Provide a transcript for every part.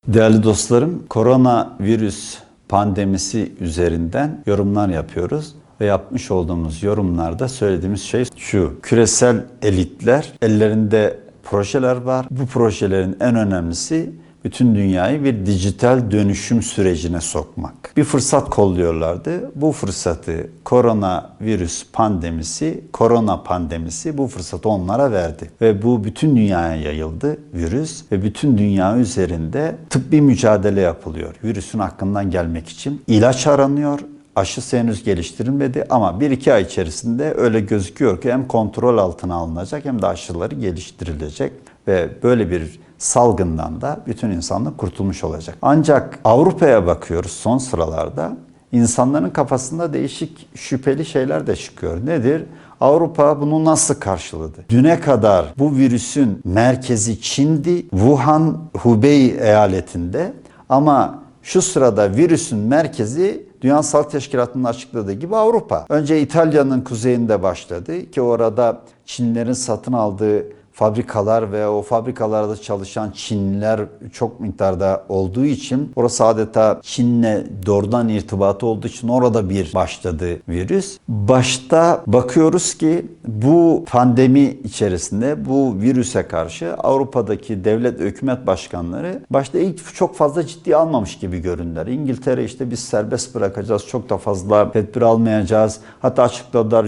Değerli dostlarım, koronavirüs pandemisi üzerinden yorumlar yapıyoruz. Ve yapmış olduğumuz yorumlarda söylediğimiz şey şu: küresel elitler, ellerinde projeler var. Bu projelerin en önemlisi bütün dünyayı bir dijital dönüşüm sürecine sokmak. Bir fırsat kolluyorlardı. Bu fırsatı korona pandemisi bu fırsatı onlara verdi. Ve bu bütün dünyaya yayıldı virüs ve bütün dünya üzerinde tıbbi mücadele yapılıyor. Virüsün hakkından gelmek için ilaç aranıyor. Aşısı henüz geliştirilmedi ama 1-2 ay içerisinde öyle gözüküyor ki hem kontrol altına alınacak hem de aşıları geliştirilecek ve böyle bir salgından da bütün insanlık kurtulmuş olacak. Ancak Avrupa'ya bakıyoruz son sıralarda, insanların kafasında değişik şüpheli şeyler de çıkıyor. Nedir? Avrupa bunu nasıl karşıladı? Düne kadar bu virüsün merkezi Çin'di, Wuhan, Hubei eyaletinde, ama şu sırada virüsün merkezi Dünya Sağlık Teşkilatı'nın açıkladığı gibi Avrupa. Önce İtalya'nın kuzeyinde başladı ki orada Çinlilerin satın aldığı fabrikalar ve o fabrikalarda çalışan Çinliler çok miktarda olduğu için, orası adeta Çin'le doğrudan irtibatı olduğu için orada bir başladı virüs. Başta bakıyoruz ki bu pandemi içerisinde bu virüse karşı Avrupa'daki devlet ve hükümet başkanları başta ilk çok fazla ciddiye almamış gibi göründüler. İngiltere işte biz serbest bırakacağız, çok da fazla tedbir almayacağız. Hatta açıkladılar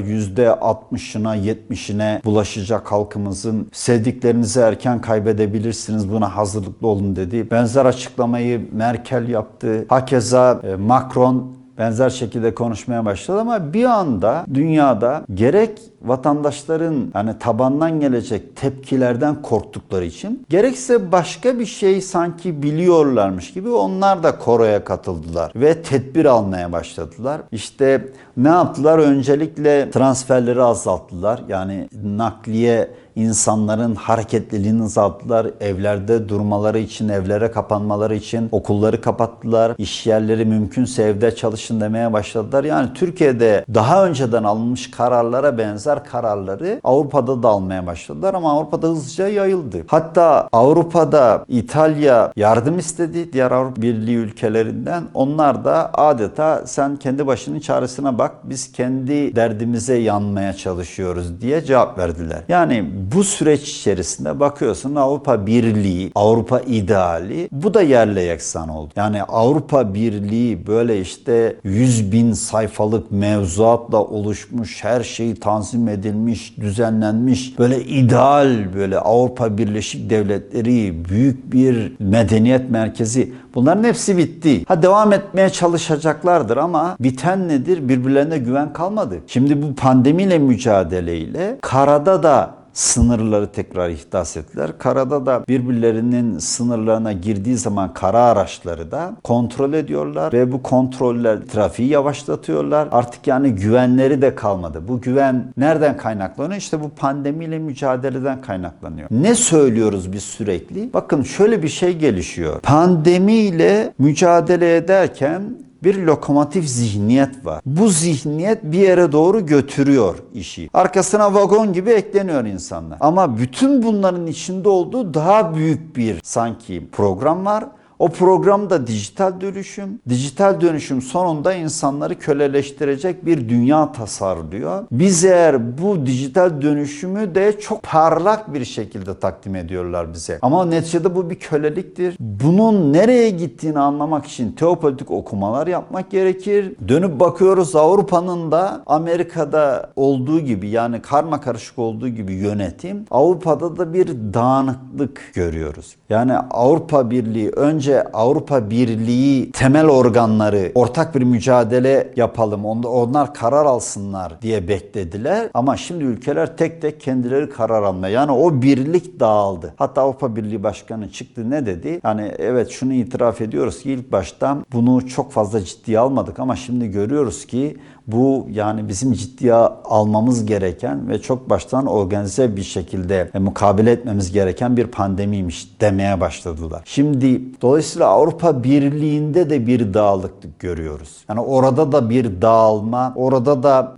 %60'ına 70'ine bulaşacak halkımızın, sevdiklerinizi erken kaybedebilirsiniz, buna hazırlıklı olun dedi. Benzer açıklamayı Merkel yaptı. Hakeza Macron benzer şekilde konuşmaya başladı ama bir anda dünyada gerek vatandaşların tabandan gelecek tepkilerden korktukları için, gerekse başka bir şey sanki biliyorlarmış gibi onlar da koroya katıldılar ve tedbir almaya başladılar. İşte ne yaptılar? Öncelikle transferleri azalttılar. Yani nakliye, insanların hareketliliğini azalttılar. Evlerde durmaları için, evlere kapanmaları için okulları kapattılar. İş yerleri mümkünse evde çalışın demeye başladılar. Yani Türkiye'de daha önceden alınmış kararlara benzer kararları Avrupa'da da almaya başladılar ama Avrupa'da hızlıca yayıldı. Hatta Avrupa'da İtalya yardım istedi diğer Avrupa Birliği ülkelerinden. Onlar da adeta sen kendi başının çaresine bak, biz kendi derdimize yanmaya çalışıyoruz diye cevap verdiler. Yani bu süreç içerisinde bakıyorsun Avrupa Birliği, Avrupa ideali bu da yerle yeksan oldu. Yani Avrupa Birliği böyle işte 100.000 sayfalık mevzuatla oluşmuş, her şey tanzim edilmiş, düzenlenmiş, böyle ideal, böyle Avrupa Birleşik Devletleri, büyük bir medeniyet merkezi, bunların hepsi bitti. Devam etmeye çalışacaklardır ama biten nedir? Birbirlerine güven kalmadı. Şimdi bu pandemiyle mücadeleyle karada da sınırları tekrar ihdas ettiler. Karada da birbirlerinin sınırlarına girdiği zaman kara araçları da kontrol ediyorlar ve bu kontroller trafiği yavaşlatıyorlar. Artık yani güvenleri de kalmadı. Bu güven nereden kaynaklanıyor? İşte bu pandemiyle mücadeleden kaynaklanıyor. Ne söylüyoruz biz sürekli? Bakın şöyle bir şey gelişiyor. Pandemiyle mücadele ederken bir lokomotif zihniyet var. Bu zihniyet bir yere doğru götürüyor işi. Arkasına vagon gibi ekleniyor insanlar. Ama bütün bunların içinde olduğu daha büyük bir sanki program var. O programda dijital dönüşüm. Dijital dönüşüm sonunda insanları köleleştirecek bir dünya tasarlıyor. Biz eğer bu dijital dönüşümü de çok parlak bir şekilde takdim ediyorlar bize. Ama neticede bu bir köleliktir. Bunun nereye gittiğini anlamak için teopolitik okumalar yapmak gerekir. Dönüp bakıyoruz Avrupa'nın da Amerika'da olduğu gibi, yani karmakarışık olduğu gibi yönetim, Avrupa'da da bir dağınıklık görüyoruz. Yani Avrupa Birliği önce Avrupa Birliği temel organları ortak bir mücadele yapalım, onlar karar alsınlar diye beklediler. Ama şimdi ülkeler tek tek kendileri karar almaya, yani o birlik dağıldı. Hatta Avrupa Birliği Başkanı çıktı, ne dedi? Yani evet, şunu itiraf ediyoruz ki ilk başta bunu çok fazla ciddiye almadık ama şimdi görüyoruz ki bu yani bizim ciddiye almamız gereken ve çok baştan organize bir şekilde mukabele etmemiz gereken bir pandemiymiş demeye başladılar. Şimdi dolayısıyla Avrupa Birliği'nde de bir dağılıklık görüyoruz. Yani orada da bir dağılma, orada da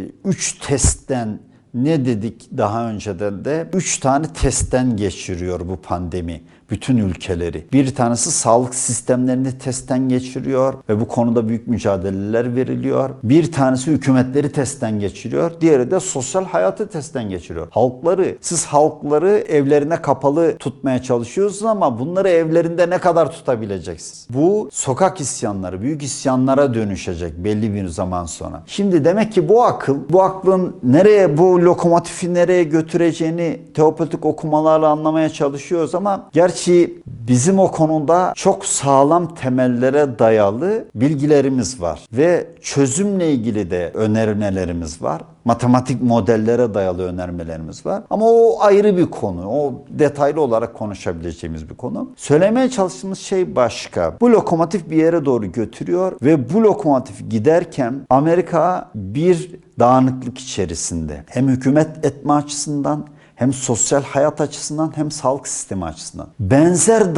3 testten, ne dedik daha önceden de, 3 tane testten geçiriyor bu pandemi. bütün ülkeleri. Bir tanesi sağlık sistemlerini testten geçiriyor ve bu konuda büyük mücadeleler veriliyor. Bir tanesi hükümetleri testten geçiriyor. Diğeri de sosyal hayatı testten geçiriyor. Siz halkları evlerine kapalı tutmaya çalışıyorsunuz ama bunları evlerinde ne kadar tutabileceksiniz? Bu sokak isyanları, büyük isyanlara dönüşecek belli bir zaman sonra. Şimdi demek ki bu aklın bu lokomotifi nereye götüreceğini teopolitik okumalarla anlamaya çalışıyoruz ama gerçi bizim o konuda çok sağlam temellere dayalı bilgilerimiz var ve çözümle ilgili de önermelerimiz var. Matematik modellere dayalı önermelerimiz var. Ama o ayrı bir konu. O detaylı olarak konuşabileceğimiz bir konu. Söylemeye çalıştığımız şey başka. Bu lokomotif bir yere doğru götürüyor ve bu lokomotif giderken Amerika bir dağınıklık içerisinde. Hem hükümet etme açısından, hem sosyal hayat açısından, hem sağlık sistemi açısından. Benzer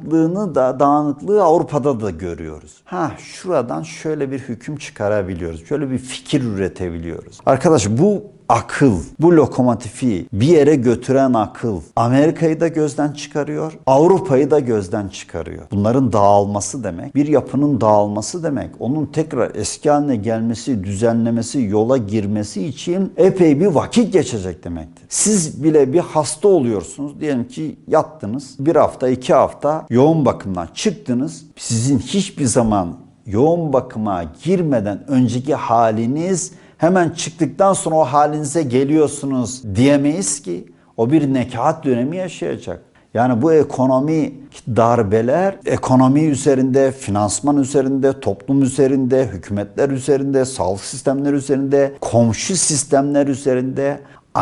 dağınıklığı Avrupa'da da görüyoruz. Şuradan şöyle bir hüküm çıkarabiliyoruz. Şöyle bir fikir üretebiliyoruz. Arkadaş, bu akıl, bu lokomotifi bir yere götüren akıl Amerika'yı da gözden çıkarıyor, Avrupa'yı da gözden çıkarıyor. Bunların dağılması demek, bir yapının dağılması demek. Onun tekrar eski haline gelmesi, düzenlemesi, yola girmesi için epey bir vakit geçecek demektir. Siz bile bir hasta oluyorsunuz. Diyelim ki yattınız. 1 hafta, 2 hafta yoğun bakımdan çıktınız. Sizin hiçbir zaman yoğun bakıma girmeden önceki haliniz hemen çıktıktan sonra o halinize geliyorsunuz diyemeyiz ki. O bir nekaat dönemi yaşayacak. Yani bu ekonomik darbeler ekonomi üzerinde, finansman üzerinde, toplum üzerinde, hükümetler üzerinde, sağlık sistemleri üzerinde, komşu sistemler üzerinde,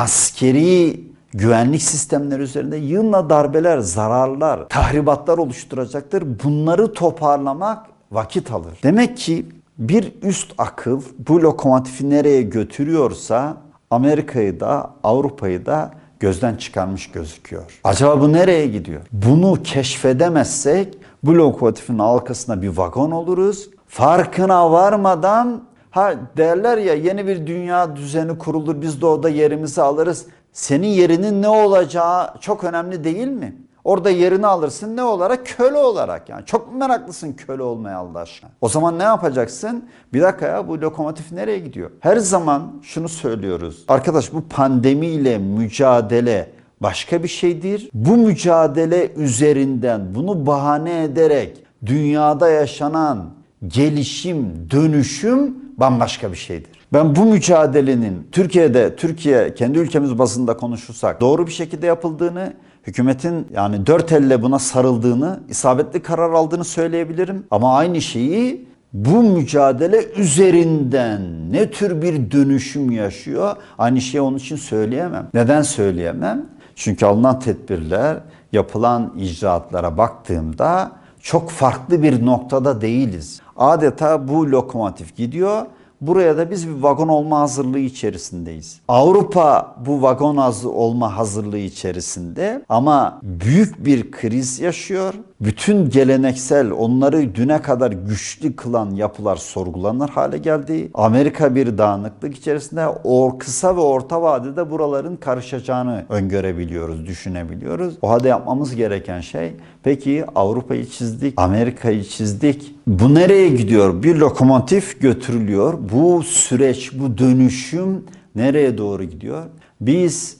askeri güvenlik sistemleri üzerinde yığınla darbeler, zararlar, tahribatlar oluşturacaktır. Bunları toparlamak vakit alır. Demek ki bir üst akıl bu lokomotifi nereye götürüyorsa Amerika'yı da Avrupa'yı da gözden çıkarmış gözüküyor. Acaba bu nereye gidiyor? Bunu keşfedemezsek bu lokomotifin arkasında bir vagon oluruz. Farkına varmadan derler ya, yeni bir dünya düzeni kurulur, biz de orada yerimizi alırız. Senin yerinin ne olacağı çok önemli değil mi? Orada yerini alırsın ne olarak? Köle olarak yani. Çok mu meraklısın köle olmaya Allah aşkına? O zaman ne yapacaksın? Bir dakika ya, bu lokomotif nereye gidiyor? Her zaman şunu söylüyoruz. Arkadaş, bu pandemiyle mücadele başka bir şeydir. Bu mücadele üzerinden bunu bahane ederek dünyada yaşanan gelişim, dönüşüm bambaşka bir şeydir. Ben bu mücadelenin Türkiye kendi ülkemiz bazında konuşursak doğru bir şekilde yapıldığını, hükümetin yani dört elle buna sarıldığını, isabetli karar aldığını söyleyebilirim. Ama aynı şeyi bu mücadele üzerinden ne tür bir dönüşüm yaşıyor, aynı şeyi onun için söyleyemem. Neden söyleyemem? Çünkü alınan tedbirler, yapılan icraatlara baktığımda çok farklı bir noktada değiliz. Adeta bu lokomotif gidiyor. Buraya da biz bir vagon olma hazırlığı içerisindeyiz. Avrupa bu vagon olma hazırlığı içerisinde ama büyük bir kriz yaşıyor. Bütün geleneksel, onları düne kadar güçlü kılan yapılar sorgulanır hale geldi. Amerika bir dağınıklık içerisinde, kısa ve orta vadede buraların karışacağını öngörebiliyoruz, düşünebiliyoruz. O halde yapmamız gereken şey, peki Avrupa'yı çizdik, Amerika'yı çizdik. Bu nereye gidiyor? Bir lokomotif götürülüyor. Bu süreç, bu dönüşüm nereye doğru gidiyor? Biz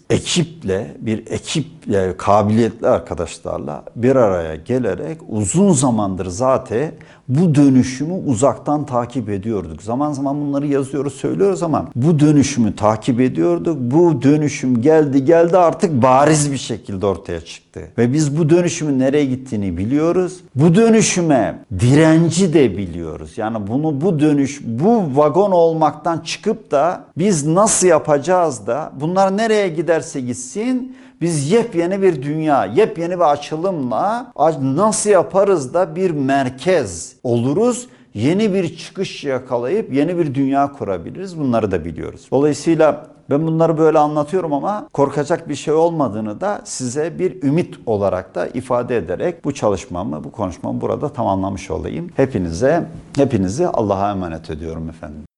bir ekiple, kabiliyetli arkadaşlarla bir araya gelerek uzun zamandır zaten bu dönüşümü uzaktan takip ediyorduk. Zaman zaman bunları yazıyoruz, söylüyoruz ama bu dönüşümü takip ediyorduk. Bu dönüşüm geldi artık bariz bir şekilde ortaya çıktı. Ve biz bu dönüşümün nereye gittiğini biliyoruz. Bu dönüşüme direnci de biliyoruz. Yani bu vagon olmaktan çıkıp da biz nasıl yapacağız da bunlar nereye giderse gitsin biz yepyeni bir dünya, yepyeni bir açılımla nasıl yaparız da bir merkez oluruz, yeni bir çıkış yakalayıp yeni bir dünya kurabiliriz. Bunları da biliyoruz. Dolayısıyla ben bunları böyle anlatıyorum ama korkacak bir şey olmadığını da size bir ümit olarak da ifade ederek bu konuşmamı burada tamamlamış olayım. Hepinizi Allah'a emanet ediyorum efendim.